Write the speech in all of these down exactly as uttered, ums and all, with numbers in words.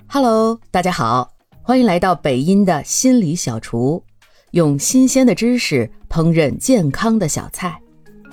Hello， 大家好，欢迎来到北音的心理小厨，用新鲜的知识烹饪健康的小菜。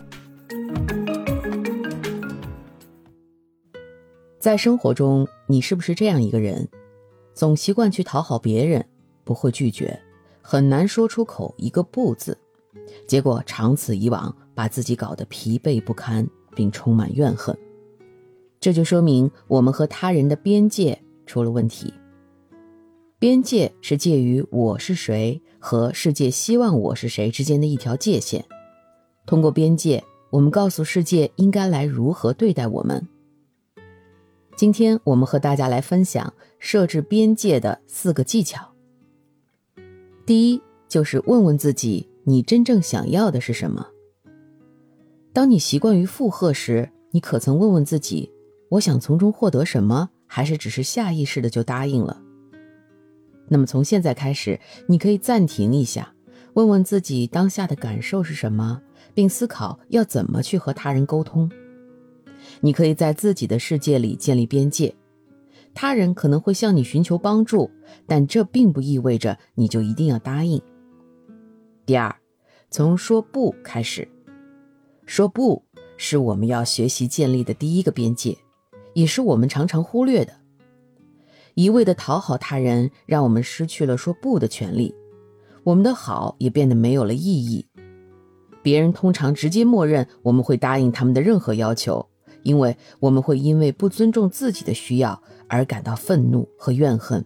在生活中，你是不是这样一个人？总习惯去讨好别人，不会拒绝，很难说出口一个不字，结果长此以往，把自己搞得疲惫不堪，并充满怨恨。这就说明我们和他人的边界出了问题。边界是介于我是谁和世界希望我是谁之间的一条界限。通过边界，我们告诉世界应该来如何对待我们。今天我们和大家来分享设置边界的四个技巧。第一，就是问问自己，你真正想要的是什么？当你习惯于附和时，你可曾问问自己，我想从中获得什么，还是只是下意识的就答应了？那么从现在开始，你可以暂停一下，问问自己当下的感受是什么，并思考要怎么去和他人沟通。你可以在自己的世界里建立边界，他人可能会向你寻求帮助，但这并不意味着你就一定要答应。第二，从说不开始。说不是我们要学习建立的第一个边界，也是我们常常忽略的。一味的讨好他人，让我们失去了说不的权利，我们的好也变得没有了意义。别人通常直接默认我们会答应他们的任何要求，因为我们会因为不尊重自己的需要而感到愤怒和怨恨。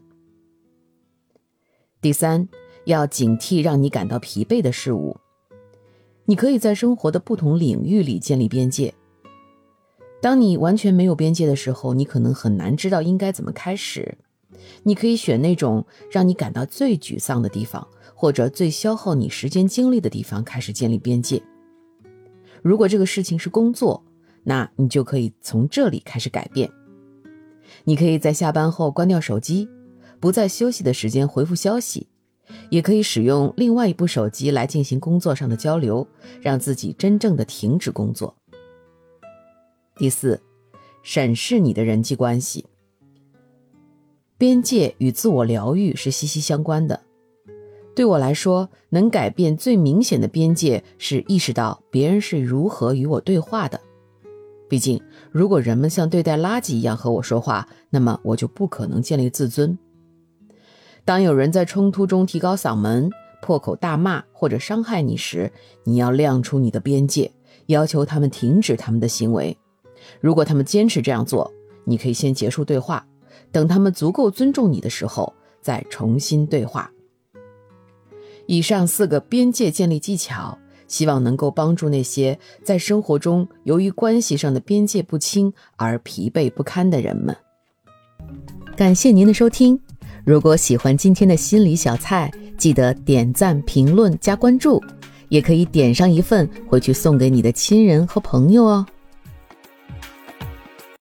第三，要警惕让你感到疲惫的事物。你可以在生活的不同领域里建立边界。当你完全没有边界的时候，你可能很难知道应该怎么开始。你可以选那种让你感到最沮丧的地方，或者最消耗你时间精力的地方开始建立边界。如果这个事情是工作，那你就可以从这里开始改变。你可以在下班后关掉手机，不在休息的时间回复消息，也可以使用另外一部手机来进行工作上的交流，让自己真正的停止工作。第四，审视你的人际关系。边界与自我疗愈是息息相关的。对我来说，能改变最明显的边界是意识到别人是如何与我对话的。毕竟，如果人们像对待垃圾一样和我说话，那么我就不可能建立自尊。当有人在冲突中提高嗓门、破口大骂或者伤害你时，你要亮出你的边界，要求他们停止他们的行为。如果他们坚持这样做，你可以先结束对话，等他们足够尊重你的时候，再重新对话。以上四个边界建立技巧，希望能够帮助那些在生活中由于关系上的边界不清而疲惫不堪的人们。感谢您的收听。如果喜欢今天的心理小菜，记得点赞、评论、加关注，也可以点上一份回去送给你的亲人和朋友哦。